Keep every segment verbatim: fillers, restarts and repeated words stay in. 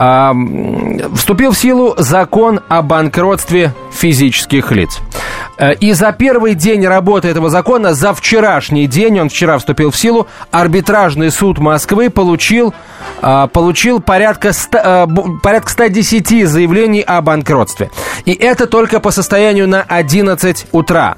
А, вступил в силу закон о банкротстве физических лиц. И за первый день работы этого закона, за вчерашний день, он вчера вступил в силу, арбитражный суд Москвы получил, получил порядка, ста, порядка ста десяти заявлений о банкротстве. И это только по состоянию на одиннадцать утра.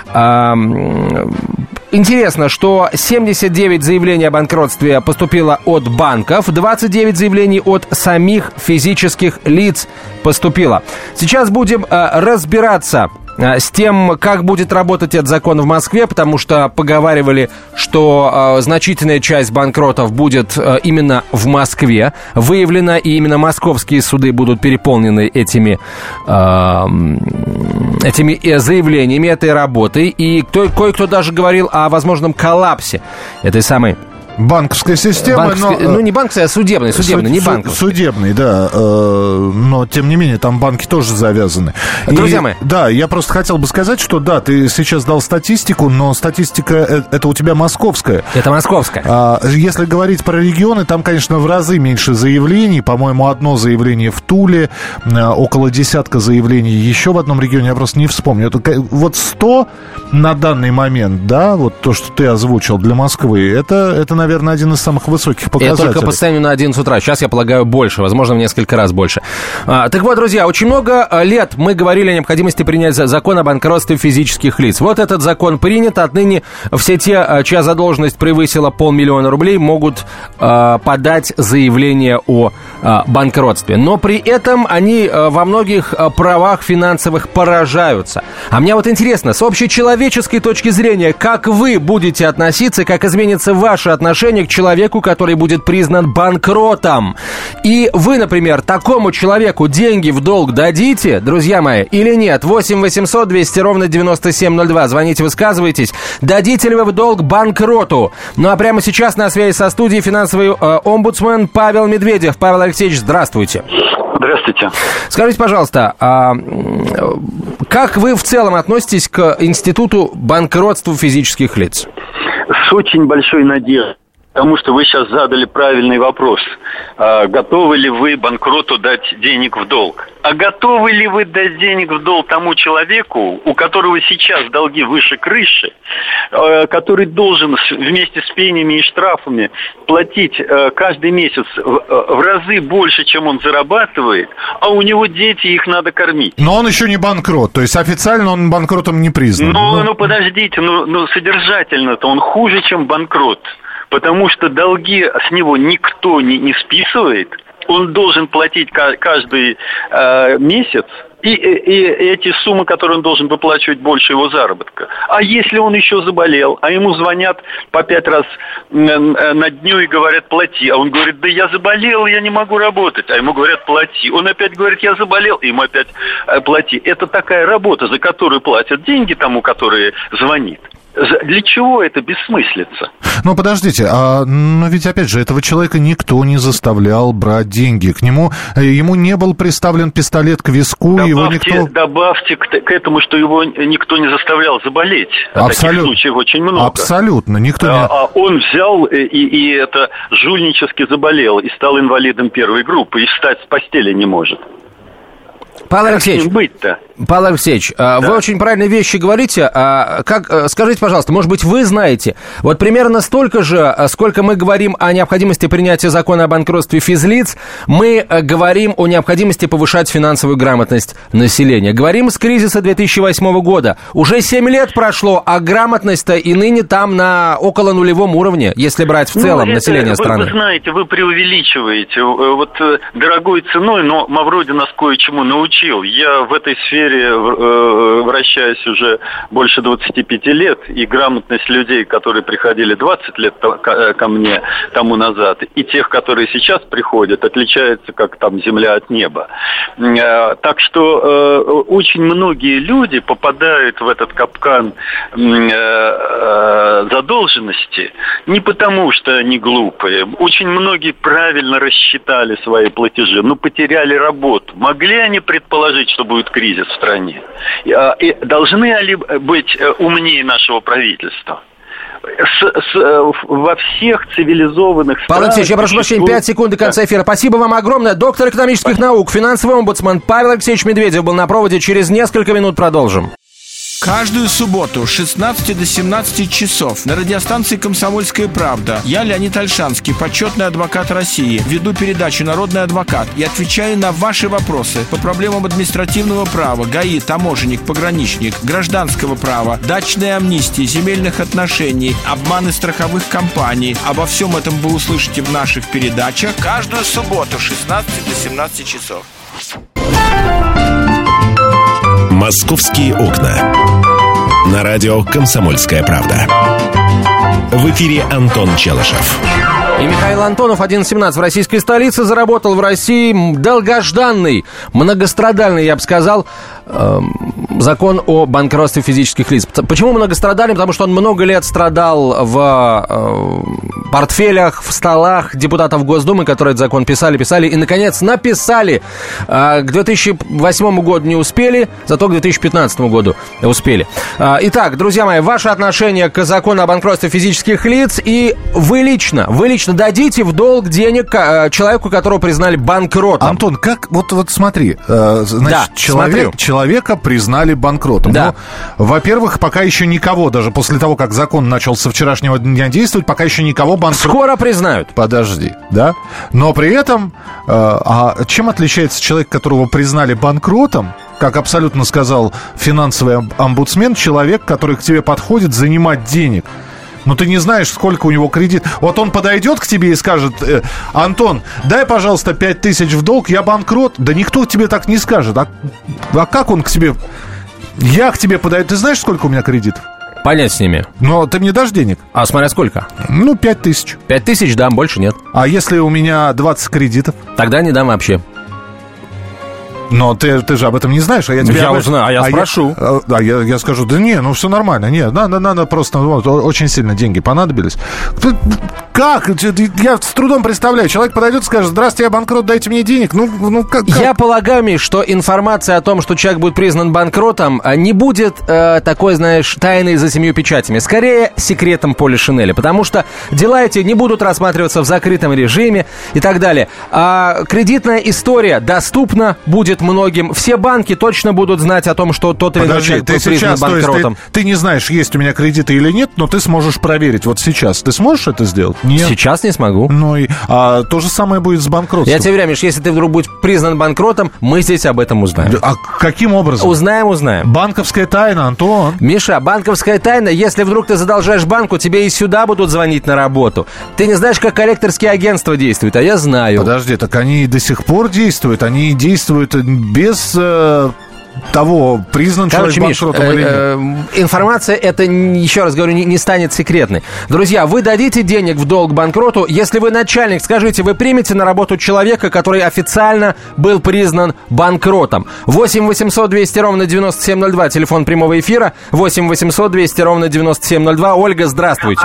Интересно, что семьдесят девять заявлений о банкротстве поступило от банков, двадцать девять заявлений от самих физических лиц поступило. Сейчас будем э, разбираться э, с тем, как будет работать этот закон в Москве, потому что поговаривали, что э, значительная часть банкротов будет э, именно в Москве выявлена, и именно московские суды будут переполнены этими, э, этими заявлениями, этой работой. И кто, кое-кто даже говорил о возможном коллапсе этой самой банковской системы, банковской, но... Ну, не банковской, а судебной, судебной, суд, не банковской. Судебной, да, э, но, тем не менее, там банки тоже завязаны. Друзья И, мои. Да, я просто хотел бы сказать, что, да, ты сейчас дал статистику, но статистика, это у тебя московская. Это московская. А, если говорить про регионы, там, конечно, в разы меньше заявлений. По-моему, одно заявление в Туле, около десятка заявлений еще в одном регионе, я просто не вспомню. Это, вот сто на данный момент, да, вот то, что ты озвучил для Москвы, это, это наверное, наверное, один из самых высоких показателей. Это только по состоянию на одиннадцать утра. Сейчас, я полагаю, больше. Возможно, в несколько раз больше. А, так вот, друзья, очень много лет мы говорили о необходимости принять закон о банкротстве физических лиц. Вот этот закон принят. Отныне все те, чья задолженность превысила полмиллиона рублей, могут а, подать заявление о а, банкротстве. Но при этом они а, во многих а, правах финансовых поражаются. А мне вот интересно, с общечеловеческой точки зрения, как вы будете относиться, как изменится ваше отношение к человеку, который будет признан банкротом. И вы, например, такому человеку деньги в долг дадите, друзья мои, или нет? восемь восемьсот двести ровно девяносто семь ноль два. Звоните, высказывайтесь. Дадите ли вы в долг банкроту? Ну а прямо сейчас на связи со студией финансовый э, омбудсмен Павел Медведев. Павел Алексеевич, здравствуйте. Здравствуйте. Скажите, пожалуйста, а как вы в целом относитесь к институту банкротства физических лиц? С очень большой надеждой. Потому что вы сейчас задали правильный вопрос. А, готовы ли вы банкроту дать денег в долг? А готовы ли вы дать денег в долг тому человеку, у которого сейчас долги выше крыши, а, который должен вместе с пенями и штрафами платить а, каждый месяц в, в разы больше, чем он зарабатывает, а у него дети, их надо кормить? Но он еще не банкрот, то есть официально он банкротом не признан. Ну, ну... ну подождите, ну, ну содержательно-то он хуже, чем банкрот. Потому что долги с него никто не, не списывает. Он должен платить каждый э, месяц. И, и, и эти суммы, которые он должен выплачивать, больше его заработка. А если он еще заболел, а ему звонят по пять раз на дню и говорят плати, а он говорит, да я заболел, я не могу работать, а ему говорят плати. Он опять говорит, я заболел, и ему опять плати. Это такая работа, за которую платят деньги тому, который звонит. Для чего это бессмыслица? Ну, подождите, а, но ведь, опять же, этого человека никто не заставлял брать деньги. К нему, ему не был приставлен пистолет к виску, добавьте, его никто... Добавьте к, к этому, что его никто не заставлял заболеть. Абсолютно. Таких случаев очень много. Абсолютно, никто не... А, а он взял и, и это жульнически заболел, и стал инвалидом первой группы, и встать с постели не может. Павел Алексеевич, как с ним быть-то? Павел Алексеевич, да. Вы очень правильные вещи говорите. Как, скажите, пожалуйста, может быть, вы знаете, вот примерно столько же, сколько мы говорим о необходимости принятия закона о банкротстве физлиц, мы говорим о необходимости повышать финансовую грамотность населения. Говорим с кризиса две тысячи восьмого года. Уже семь лет прошло, а грамотность-то и ныне там на около нулевом уровне, если брать в целом ну, население это, страны. Вы, вы знаете, вы преувеличиваете. Вот дорогой ценой, но Мавроди нас кое-чему научил. Я в этой сфере вращаюсь уже больше двадцати пяти лет, и грамотность людей, которые приходили двадцать лет ко мне тому назад, и тех, которые сейчас приходят, отличается как там земля от неба. Так что очень многие люди попадают в этот капкан задолженности не потому, что они глупые. Очень многие правильно рассчитали свои платежи, но потеряли работу. Могли они предположить, что будет кризис в стране? И должны ли быть умнее нашего правительства? с, с, во всех цивилизованных странах... Павел Алексеевич, я прошу прощения, пять секунд до конца эфира. Спасибо вам огромное. Доктор экономических наук, финансовый омбудсман Павел Алексеевич Медведев был на проводе. Через несколько минут продолжим. Каждую субботу с шестнадцати до семнадцати часов на радиостанции «Комсомольская правда» я, Леонид Ольшанский, почетный адвокат России, веду передачу «Народный адвокат» и отвечаю на ваши вопросы по проблемам административного права, ГАИ, таможенник, пограничник, гражданского права, дачной амнистии, земельных отношений, обманы страховых компаний. Обо всем этом вы услышите в наших передачах каждую субботу с шестнадцати до семнадцати часов. «Московские окна». На радио «Комсомольская правда». В эфире Антон Челышев. И Михаил Антонов, одиннадцать семнадцать в российской столице, заработал в России долгожданный, многострадальный, я бы сказал, э, закон о банкротстве физических лиц. Почему многострадальный? Потому что он много лет страдал в э, портфелях, в столах депутатов Госдумы, которые этот закон писали, писали и, наконец, написали. Э, к две тысячи восьмому году не успели, зато к две тысячи пятнадцатому году успели. Э, итак, друзья мои, ваше отношение к закону о банкротстве физических лиц, и вы лично, вы лично дадите в долг денег человеку, которого признали банкротом. Антон, как, вот, вот смотри, э, значит, да, человек, человека признали банкротом. Да. Но, во-первых, пока еще никого, даже после того, как закон начал со вчерашнего дня действовать, пока еще никого банкротом... Скоро признают. Подожди, да? Но при этом, э, а чем отличается человек, которого признали банкротом, как абсолютно сказал финансовый омбудсмен, человек, который к тебе подходит занимать денег? Но ты не знаешь, сколько у него кредит. Вот он подойдет к тебе и скажет: э, Антон, дай, пожалуйста, пять тысяч в долг, я банкрот. Да никто тебе так не скажет. А, а как он к тебе... Я к тебе подойду. Ты знаешь, сколько у меня кредитов? Понять с ними. Но ты мне дашь денег? А смотря сколько? Ну, пять тысяч. Пять тысяч дам, больше нет. А если у меня двадцать кредитов? Тогда не дам вообще. Но ты, ты же об этом не знаешь, а я тебе... Я об... узнаю, а я а спрошу. Я, а я, я скажу: да не, ну все нормально, нет, надо, надо просто, вот, очень сильно деньги понадобились. Как? Я с трудом представляю, человек подойдет и скажет: здравствуйте, я банкрот, дайте мне денег. Ну, ну как, как? Я полагаю, Миш, что информация о том, что человек будет признан банкротом, не будет э, такой, знаешь, тайной за семью печатями. Скорее, секретом полишинеля, потому что дела эти не будут рассматриваться в закрытом режиме и так далее. А кредитная история доступна будет многим. Все банки точно будут знать о том, что тот или иной человек был признан банкротом. Ты, ты не знаешь, есть у меня кредиты или нет, но ты сможешь проверить. Вот сейчас ты сможешь это сделать? Нет. Сейчас не смогу. Ну и а, то же самое будет с банкротством. Я тебе уверяю, Миш, если ты вдруг будешь признан банкротом, мы здесь об этом узнаем. А каким образом? Узнаем, узнаем. Банковская тайна, Антон. Миша, банковская тайна. Если вдруг ты задолжаешь банку, тебе и сюда будут звонить на работу. Ты не знаешь, как коллекторские агентства действуют, а я знаю. Подожди, так они и до сих пор действуют. Они действуют без э, того, признан Короче, человек Миш, банкротом или нет. Э, информация, это, еще раз говорю, не, не станет секретной. Друзья, вы дадите денег в долг банкроту, если вы начальник, скажите, вы примете на работу человека, который официально был признан банкротом. восемь восемьсот двести ровно девяносто семь ноль два, телефон прямого эфира. восемь восемьсот двести ровно девяносто семь ноль два. Ольга, здравствуйте.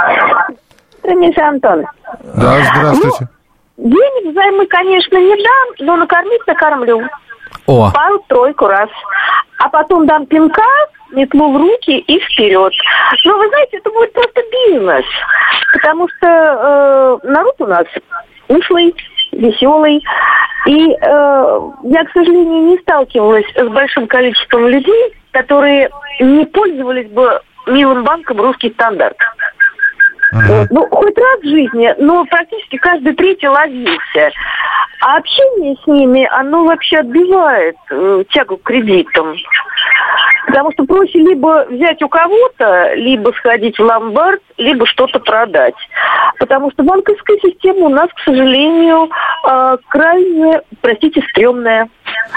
Миша, Антон. Да, здравствуйте. Ну, денег взаймы, конечно, не дам, но накормить накормлю. О. Пару-тройку раз. А потом дам пинка, метлу в руки и вперед. Но вы знаете, это будет просто бизнес. Потому что э, народ у нас ушлый, веселый. И э, я, к сожалению, не сталкивалась с большим количеством людей, которые не пользовались бы милым банком «Русский стандарт». Uh-huh. Ну, хоть раз в жизни, но практически каждый третий ловился. А общение с ними, оно вообще отбивает э, тягу к кредитам. Потому что проще либо взять у кого-то, либо сходить в ломбард, либо что-то продать. Потому что банковская система у нас, к сожалению, э, крайне, простите, стрёмная.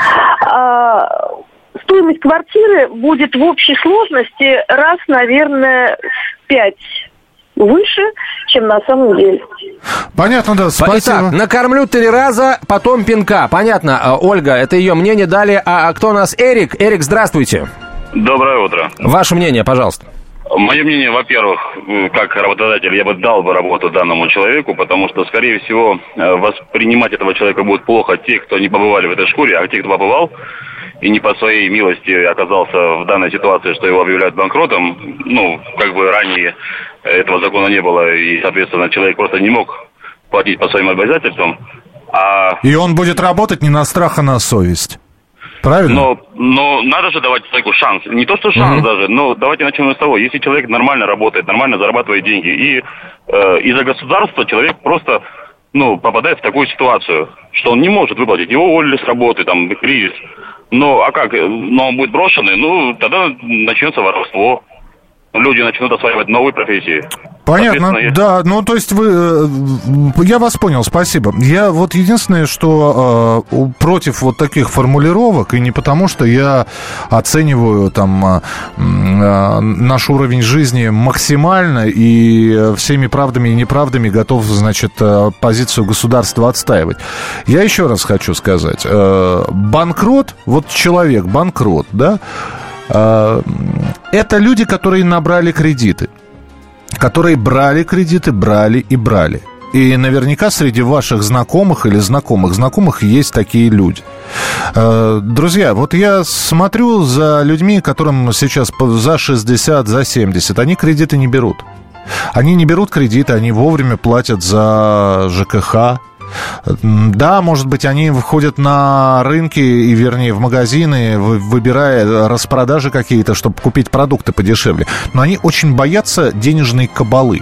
Э, стоимость квартиры будет в общей сложности раз, наверное, в пять выше, чем на самом деле. Понятно, да, спасибо. Итак, накормлю три раза, потом пинка. Понятно, Ольга, это ее мнение. Далее, а кто у нас? Эрик. Эрик, здравствуйте. Доброе утро. Ваше мнение, пожалуйста. Мое мнение, во-первых, как работодатель, я бы дал бы работу данному человеку, потому что, скорее всего, воспринимать этого человека будет плохо те, кто не побывали в этой шкуре, а те, кто побывал, и не по своей милости оказался в данной ситуации, что его объявляют банкротом, ну, как бы ранее этого закона не было, и, соответственно, человек просто не мог платить по своим обязательствам. А... И он будет работать не на страх, а на совесть. Правильно? Но, но надо же давать человеку шанс. Не то, что шанс mm-hmm. даже, но давайте начнем с того. Если человек нормально работает, нормально зарабатывает деньги, и э, из-за государства человек просто... ну, попадает в такую ситуацию, что он не может выплатить. Его уволили с работы, там, кризис. Но, а как? Но он будет брошенный, ну, тогда начнется воровство. Люди начнут осваивать новые профессии. Понятно, да, ну, то есть вы... Я вас понял, спасибо. Я вот единственное, что э, против вот таких формулировок, и не потому, что я оцениваю там э, наш уровень жизни максимально и всеми правдами и неправдами готов, значит, позицию государства отстаивать. Я еще раз хочу сказать. Э, банкрот, вот человек, банкрот, да, э, это люди, которые набрали кредиты. Которые брали кредиты, брали и брали. И наверняка среди ваших знакомых или знакомых знакомых есть такие люди. Друзья, вот я смотрю за людьми, которым сейчас за шестьдесят, за семьдесят, они кредиты не берут. Они не берут кредиты, они вовремя платят за ЖКХ. Да, может быть, они выходят на рынки, и, вернее, в магазины, выбирая распродажи какие-то, чтобы купить продукты подешевле. Но они очень боятся денежной кабалы.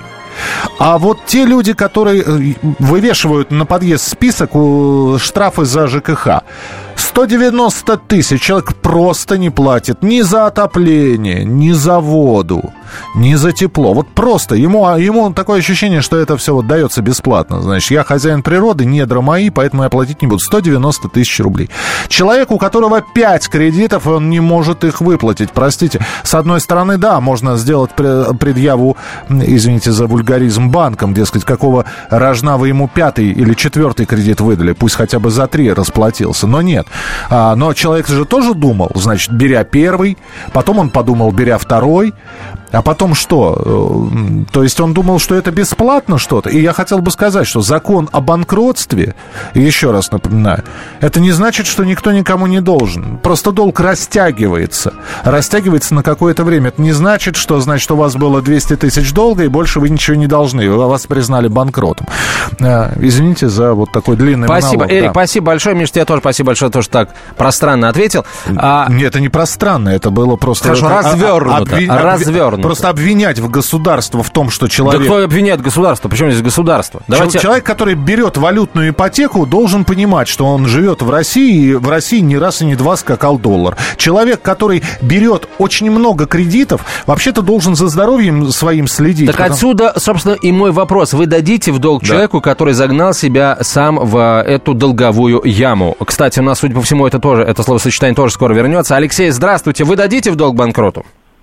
А вот те люди, которые вывешивают на подъезд список штрафы за ЖКХ, сто девяносто тысяч человек просто не платит ни за отопление, ни за воду, ни за тепло. Вот просто ему, ему такое ощущение, что это все вот дается бесплатно. Значит, я хозяин природы, недра мои, поэтому я платить не буду. сто девяносто тысяч рублей. Человек, у которого пять кредитов, он не может их выплатить. Простите. С одной стороны, да, можно сделать предъяву, извините за вульгаризм, банкам, дескать, какого рожна вы ему пятый или четвертый кредит выдали, пусть хотя бы за три расплатился. Но нет. А, но человек же тоже думал, значит, беря первый, потом он подумал, беря второй, а потом что? То есть он думал, что это бесплатно что-то. И я хотел бы сказать, что закон о банкротстве, еще раз напоминаю, это не значит, что никто никому не должен. Просто долг растягивается. Растягивается на какое-то время. Это не значит, что, значит, у вас было двести тысяч долга, и больше вы ничего не должны. Вас признали банкротом. Извините за вот такой длинный спасибо, монолог. Эрик, да. Спасибо большое. Миш, тебе тоже спасибо большое, тоже так пространно ответил. А... Нет, это не пространно, это было просто... Хорошо, развернуто. Обви... развернуто. Просто обвинять в государство в том, что человек... Да кто обвиняет государство? Причем здесь государство? Давайте... Человек, который берет валютную ипотеку, должен понимать, что он живет в России, и в России не раз и не два скакал доллар. Человек, который берет очень много кредитов, вообще-то должен за здоровьем своим следить. Так потому... отсюда, собственно, и мой вопрос. Вы дадите в долг да. человеку, который загнал себя сам в эту долговую яму? Кстати, у нас, судя по всему, это тоже, это словосочетание тоже скоро вернется. Алексей, здравствуйте. Вы дадите в долг банкроту?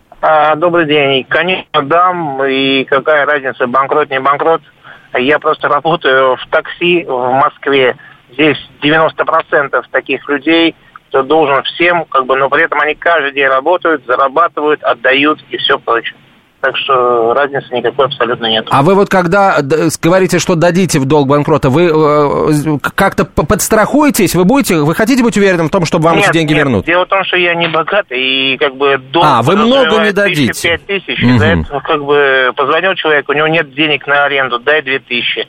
Добрый день. Конечно, дам. И какая разница, банкрот, не банкрот. Я просто работаю в такси в Москве. Здесь девяносто процентов таких людей, кто должен всем, как бы, но при этом они каждый день работают, зарабатывают, отдают и все прочее. Так что разницы никакой абсолютно нет. А вы вот когда говорите, что дадите в долг банкрота, вы э, как-то подстрахуетесь? Вы будете, вы хотите быть уверенным в том, чтобы вам нет, эти деньги нет. вернут? Дело в том, что я не богатый, и как бы долг... А, вы много не дадите? пять тысяч, угу. За это как бы позвонил человек, у него нет денег на аренду, дай две тысячи.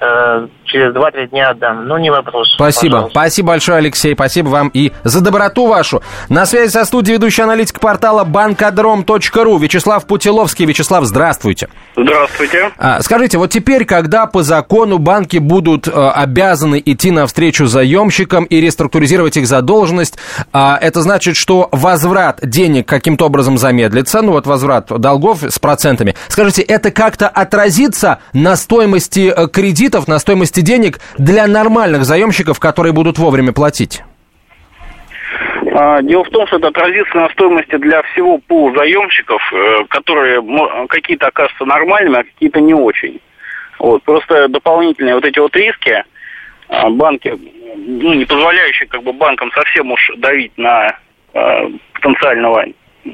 Через два-три дня отдам. Ну, не вопрос. Спасибо. Пожалуйста. Спасибо большое, Алексей. Спасибо вам и за доброту вашу. На связи со студией ведущий аналитик портала банкодром точка ру Вячеслав Путиловский. Вячеслав, здравствуйте. Здравствуйте. А, скажите, вот теперь, когда по закону банки будут а, обязаны идти навстречу заемщикам и реструктуризировать их задолженность, а, это значит, что возврат денег каким-то образом замедлится, ну вот возврат долгов с процентами. Скажите, это как-то отразится на стоимости кредитов, на стоимости денег для нормальных заемщиков, которые будут вовремя платить? Дело в том, что это отразится на стоимости для всего пула заемщиков, которые какие-то окажутся нормальными, а какие-то не очень. Вот. Просто дополнительные вот эти вот риски, банки, ну, не позволяющие как бы банкам совсем уж давить на э, потенциального...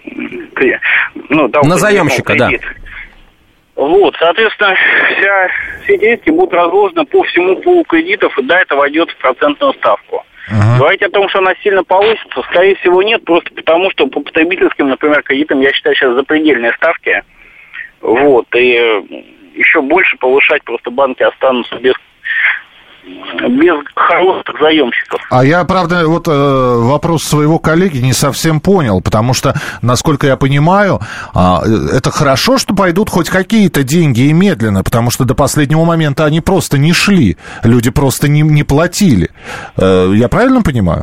Ну, того, на заемщика, да. Вот, соответственно, вся, все эти риски будут разложены по всему пулу кредитов, и да, это войдет в процентную ставку. Uh-huh. Говорить о том, что она сильно повысится, скорее всего, нет, просто потому, что по потребительским, например, кредитам, я считаю, сейчас запредельные ставки. Вот, и еще больше повышать просто банки останутся без, без хороших заемщиков. А я, правда, вот э, вопрос своего коллеги не совсем понял, потому что, насколько я понимаю, э, это хорошо, что пойдут хоть какие-то деньги и медленно, потому что до последнего момента они просто не шли, люди просто не, не платили. Э, я правильно понимаю?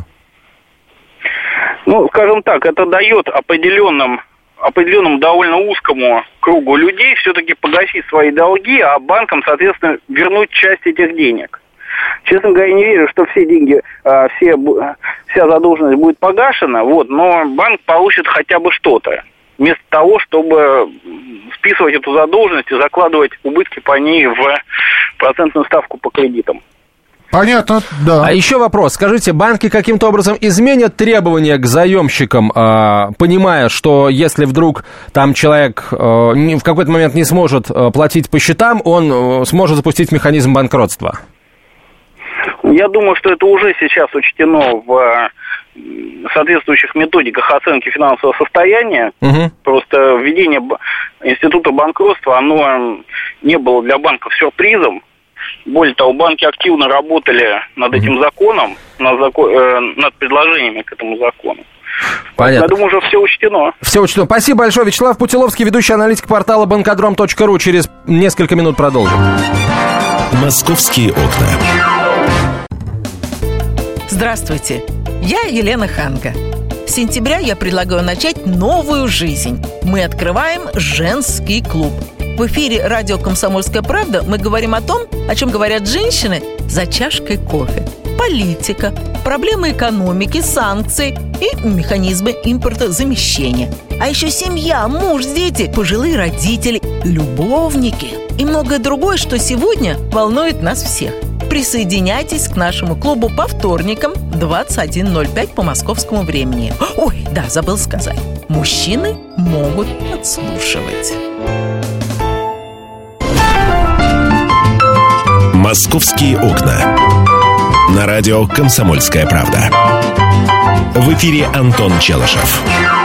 Ну, скажем так, это дает определенным определенному довольно узкому кругу людей все-таки погасить свои долги, а банкам, соответственно, вернуть часть этих денег. Честно говоря, не верю, что все деньги, все, вся задолженность будет погашена, вот, но банк получит хотя бы что-то, вместо того, чтобы списывать эту задолженность и закладывать убытки по ней в процентную ставку по кредитам. Понятно, да. А еще вопрос. Скажите, банки каким-то образом изменят требования к заемщикам, э, понимая, что если вдруг там человек э, в какой-то момент не сможет э, платить по счетам, он э, сможет запустить механизм банкротства? Я думаю, что это уже сейчас учтено в соответствующих методиках оценки финансового состояния. Угу. Просто введение института банкротства, оно не было для банков сюрпризом. Более того, банки активно работали над этим законом, над, закон, э, над предложениями к этому закону. Понятно. Я думаю, уже все учтено. Все учтено. Спасибо большое. Вячеслав Путиловский, ведущий аналитик портала банкодром точка ру. Через несколько минут продолжим. «Московские окна». Здравствуйте, я Елена Ханга. С сентября я предлагаю начать новую жизнь. Мы открываем женский клуб. В эфире радио «Комсомольская правда» мы говорим о том, о чем говорят женщины за чашкой кофе. Политика, проблемы экономики, санкции и механизмы импортозамещения. А еще семья, муж, дети, пожилые родители, любовники и многое другое, что сегодня волнует нас всех. Присоединяйтесь к нашему клубу по вторникам в двадцать один ноль пять по московскому времени. Ой, да, забыл сказать. Мужчины могут подслушивать. «Московские окна». На радио «Комсомольская правда». В эфире Антон Челышев.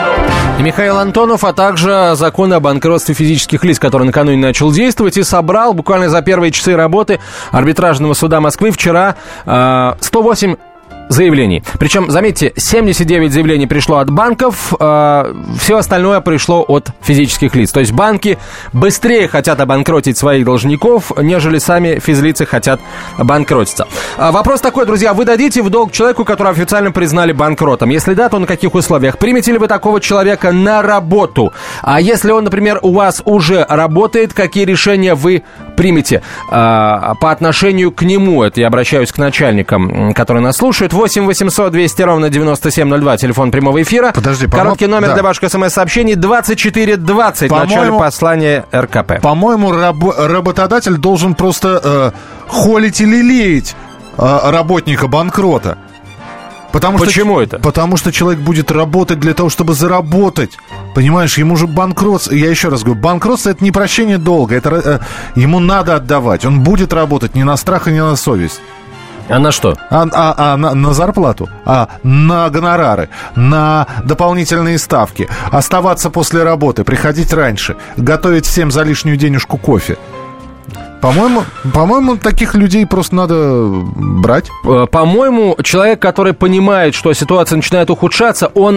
И Михаил Антонов, а также закон о банкротстве физических лиц, который накануне начал действовать и собрал буквально за первые часы работы арбитражного суда Москвы вчера э, сто восемь заявлений. Причем, заметьте, семьдесят девять заявлений пришло от банков, э, все остальное пришло от физических лиц. То есть банки быстрее хотят обанкротить своих должников, нежели сами физлицы хотят банкротиться. А вопрос такой, друзья, вы дадите в долг человеку, которого официально признали банкротом? Если да, то на каких условиях? Примете ли вы такого человека на работу? А если он, например, у вас уже работает, какие решения вы примете э, по отношению к нему? Это я обращаюсь к начальникам, которые нас слушают. восемь восемьсот двести ровно девяносто семь ноль два, телефон прямого эфира. Подожди, короткий по-мо... номер да. для ваших смс-сообщений двадцать четыре двадцать, в начале послания эр ка пэ. По-моему, раб- работодатель должен просто э, холить или лелеять э, работника-банкрота. Потому Почему что, это? Потому что человек будет работать для того, чтобы заработать. Понимаешь, ему же банкротство... Я еще раз говорю, банкротство — это не прощение долга. Это, э, ему надо отдавать. Он будет работать не на страх и не на совесть. А на что? А, а, а на, на зарплату, а на гонорары, на дополнительные ставки, оставаться после работы, приходить раньше, готовить всем за лишнюю денежку кофе. По-моему, по-моему, таких людей просто надо брать. По-моему, человек, который понимает, что ситуация начинает ухудшаться, он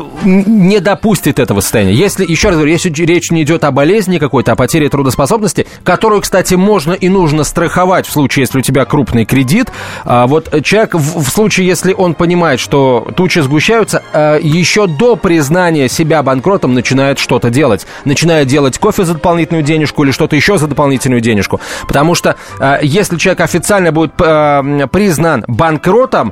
не допустит этого состояния. Если, еще раз говорю, если речь не идет о болезни какой-то, о потере трудоспособности, которую, кстати, можно и нужно страховать в случае, если у тебя крупный кредит, вот человек в, в случае, если он понимает, что тучи сгущаются, еще до признания себя банкротом начинает что-то делать. Начинает делать кофе за дополнительную денежку или что-то еще за дополнительную денежку. Потому что если человек официально будет признан банкротом,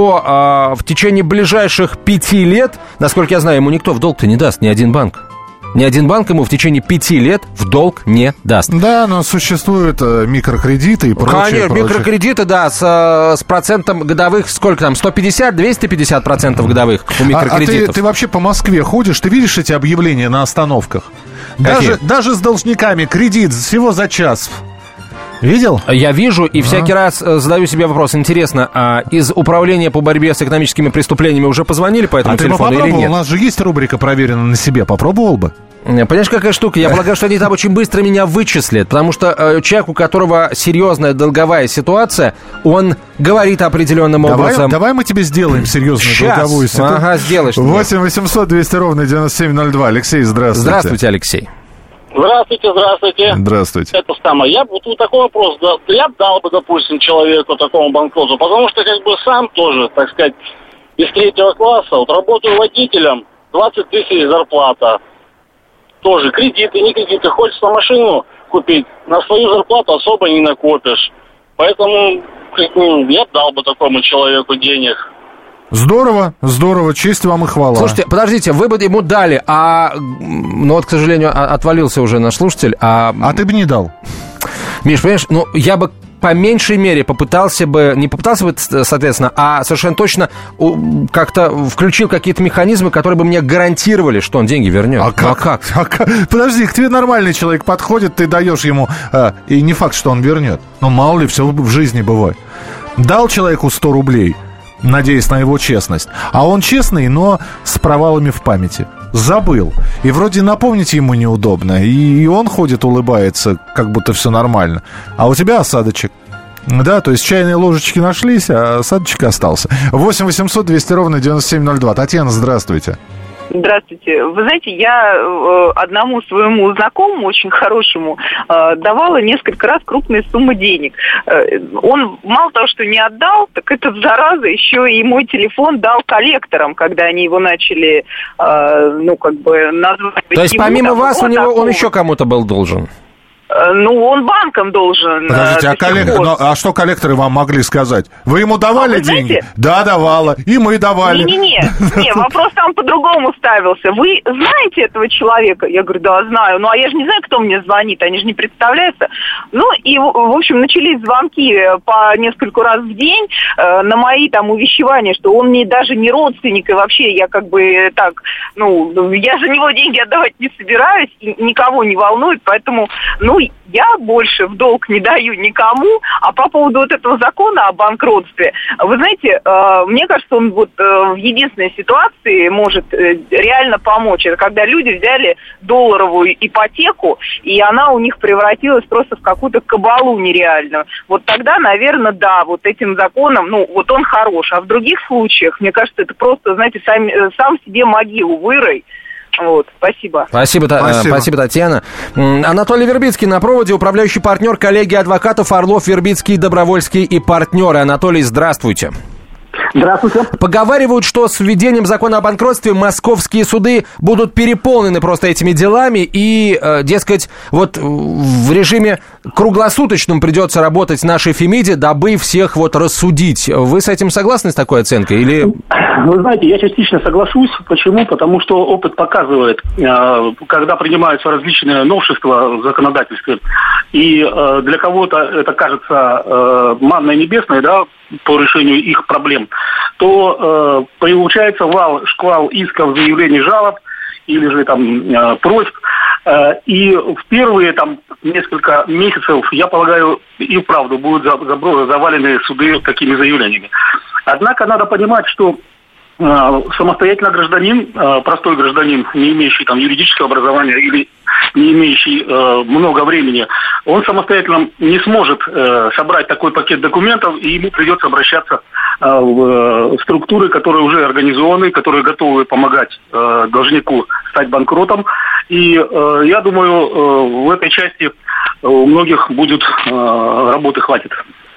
то в течение ближайших пяти лет, насколько я знаю, ему никто в долг-то не даст, ни один банк. Ни один банк ему в течение пяти лет в долг не даст. Да, но существуют микрокредиты и прочее. Конечно, прочее. микрокредиты, да, с, с процентом годовых, сколько там, сто пятьдесят - двести пятьдесят процентов годовых у микрокредитов. А, а ты, ты вообще по Москве ходишь, ты видишь эти объявления на остановках? Даже, даже с должниками кредит всего за час. Видел? Я вижу, и А. всякий раз э, задаю себе вопрос. Интересно, а из управления по борьбе с экономическими преступлениями уже позвонили по этому А ты бы телефону или попробовал? нет? У нас же есть рубрика «Проверено на себе». Попробовал бы? Понимаешь, какая штука? Я полагаю, что они там очень быстро меня вычислят, потому что э, человек, у которого серьезная долговая ситуация, он говорит определенным Давай, образом. давай мы тебе сделаем серьезную Щас. долговую ситуацию. Ага, сделаешь. восемь восемьсот двести ровно девяносто семь ноль два. Алексей, здравствуйте. Здравствуйте, Алексей. Здравствуйте, здравствуйте. Здравствуйте. Это самое. Я вот такой вопрос. Да, я бы дал бы, допустим, человеку такому банкроту, потому что как бы сам тоже, так сказать, из третьего класса, вот работаю водителем, двадцать тысяч зарплата. Тоже кредиты, не кредиты. Хочется машину купить, на свою зарплату особо не накопишь. Поэтому как, ну, я бы дал бы такому человеку денег. Здорово, здорово, честь вам и хвала. Слушайте, подождите, вы бы ему дали, а... Ну вот, к сожалению, а- отвалился уже наш слушатель, а... А ты бы не дал? Миш, понимаешь, ну, я бы по меньшей мере попытался бы, не попытался бы, соответственно, а совершенно точно у- как-то включил какие-то механизмы, которые бы мне гарантировали, что он деньги вернет. А как? Ну, а как? А как? Подожди, к тебе нормальный человек подходит, ты даешь ему, а, и не факт, что он вернет. Ну, мало ли, все в жизни бывает. Дал человеку сто рублей, надеясь на его честность. А он честный, но с провалами в памяти. Забыл. И вроде напомнить ему неудобно. И, и он ходит, улыбается, как будто все нормально. А у тебя осадочек. Да, то есть чайные ложечки нашлись, а осадочек остался. восемь восемьсот двести ровно девяносто семь ноль два. Татьяна, здравствуйте. Здравствуйте. Вы знаете, я э, одному своему знакомому, очень хорошему, э, давала несколько раз крупные суммы денег. Э, он мало того, что не отдал, так этот зараза еще и мой телефон дал коллекторам, когда они его начали, э, ну, как бы, назвать. То есть помимо вас у него он еще кому-то был должен? Ну, он банком должен. Подождите, а, коллек... ну, а что коллекторы вам могли сказать? Вы ему давали а вы деньги? Знаете... Да, давала. И мы давали. Не-не-не, не, вопрос там по-другому ставился. Вы знаете этого человека? Я говорю, да, знаю. Ну, а я же не знаю, кто мне звонит, они же не представляются. Ну, и, в общем, начались звонки по нескольку раз в день э, на мои там увещевания, что он мне даже не родственник, и вообще я как бы так, ну, я за него деньги отдавать не собираюсь, и никого не волнует, поэтому, ну, я больше в долг не даю никому. А по поводу вот этого закона о банкротстве, вы знаете, э, мне кажется, он вот э, в единственной ситуации может э, реально помочь. Это когда люди взяли долларовую ипотеку, и она у них превратилась просто в какую-то кабалу нереальную. Вот тогда, наверное, да, вот этим законом, ну, вот он хорош. А в других случаях, мне кажется, это просто, знаете, сам, сам себе могилу вырой. Вот, спасибо. Спасибо, спасибо. спасибо, Татьяна. Анатолий Вербицкий на проводе, управляющий партнер коллегии адвокатов Орлов, Вербицкий, Добровольский и партнеры. Анатолий, здравствуйте. Здравствуйте. Поговаривают, что с введением закона о банкротстве московские суды будут переполнены просто этими делами и, э, дескать, вот в режиме круглосуточном придется работать нашей Фемиде, дабы всех вот рассудить. Вы с этим согласны, с такой оценкой? Или... Вы знаете, я частично соглашусь. Почему? Потому что опыт показывает, э, когда принимаются различные новшества в законодательстве, и э, для кого-то это кажется э, манной небесной, да, по решению их проблем, то э, получается вал, шквал исков, заявлений, жалоб или же там э, просьб. Э, и в первые там несколько месяцев, я полагаю, и вправду будут забро- завалены суды такими заявлениями. Однако надо понимать, что э, самостоятельно гражданин, э, простой гражданин, не имеющий там юридического образования или не имеющий э, много времени, он самостоятельно не сможет э, собрать такой пакет документов, и ему придется обращаться э, в э, структуры, которые уже организованы, которые готовы помогать э, должнику стать банкротом. И э, я думаю, э, в этой части у многих будет э, работы хватит.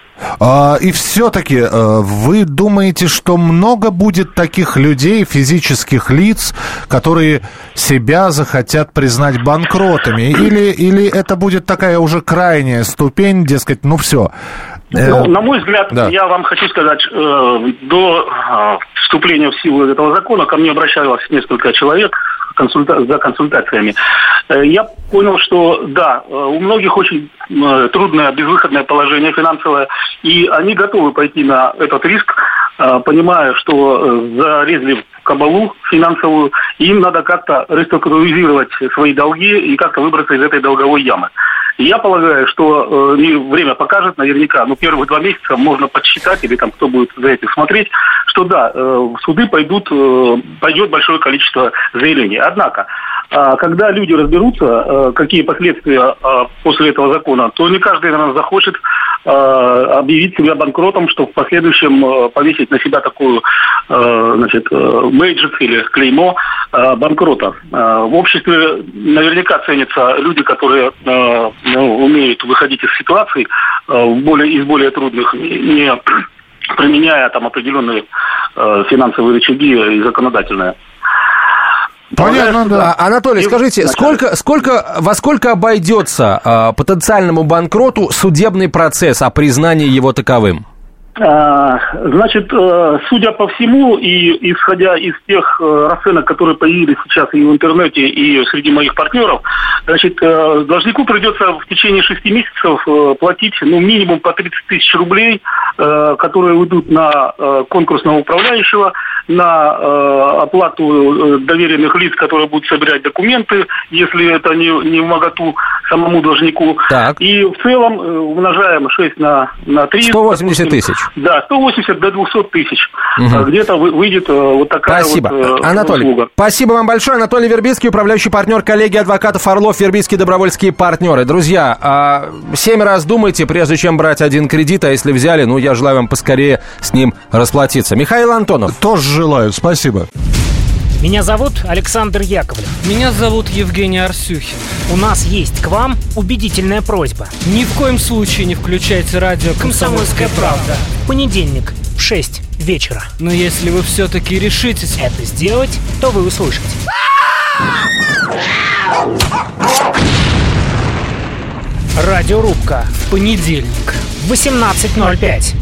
А, и все-таки э, вы думаете, что много будет таких людей, физических лиц, которые себя захотят признать банкротами? Или, или это будет такая уже крайняя ступень, дескать, ну все? Ну, на мой взгляд, да. Я вам хочу сказать, э, до э, вступления в силу этого закона ко мне обращалось несколько человек консульта- за консультациями. Э, я понял, что да, у многих очень э, трудное, безвыходное положение финансовое, и они готовы пойти на этот риск, э, понимая, что э, зарезали кабалу финансовую, и им надо как-то реструктуризировать свои долги и как-то выбраться из этой долговой ямы. И я полагаю, что э, время покажет наверняка, ну, первые два месяца можно подсчитать, или там кто будет за этим смотреть, что да, э, в суды пойдут, э, пойдет большое количество заявлений. Однако, э, когда люди разберутся, э, какие последствия э, после этого закона, то не каждый, наверное, захочет э, объявить себя банкротом, чтобы в последующем э, повесить на себя такую, э, значит, э, бейджик или клеймо э, банкрота. Э, в обществе наверняка ценятся люди, которые э, ну, умеют выходить из ситуаций э, в более, из более трудных, не применяя там определенные э, финансовые рычаги и законодательные. Понятно, да. А, Анатолий, скажите, сколько, сколько, во сколько обойдется э, потенциальному банкроту судебный процесс о признании его таковым? Значит, судя по всему, и исходя из тех расценок, которые появились сейчас и в интернете, и среди моих партнеров, значит, должнику придется в течение шести месяцев платить, ну, минимум по тридцать тысяч рублей, которые уйдут на конкурсного управляющего, на оплату доверенных лиц, которые будут собирать документы, если это не, не вмоготу самому должнику. Так. И в целом умножаем шесть на, на три. сто восемьдесят тысяч. Да, сто восемьдесят до двести тысяч. Угу. Где-то выйдет вот такая спасибо. вот Анатолий, услуга. Спасибо вам большое. Анатолий Вербицкий, управляющий партнер коллегии адвокатов Орлов, Вербицкие добровольские партнеры. Друзья, семь раз думайте, прежде чем брать один кредит, а если взяли, ну, я желаю вам поскорее с ним расплатиться. Михаил Антонов. Тоже желаю, спасибо. Меня зовут Александр Яковлев. Меня зовут Евгений Арсюхин. У нас есть к вам убедительная просьба. Ни в коем случае не включайте радио «Комсомольская правда». В понедельник в шесть вечера. Но если вы все-таки решитесь это сделать, то вы услышите. Радиорубка. В понедельник в восемнадцать ноль пять.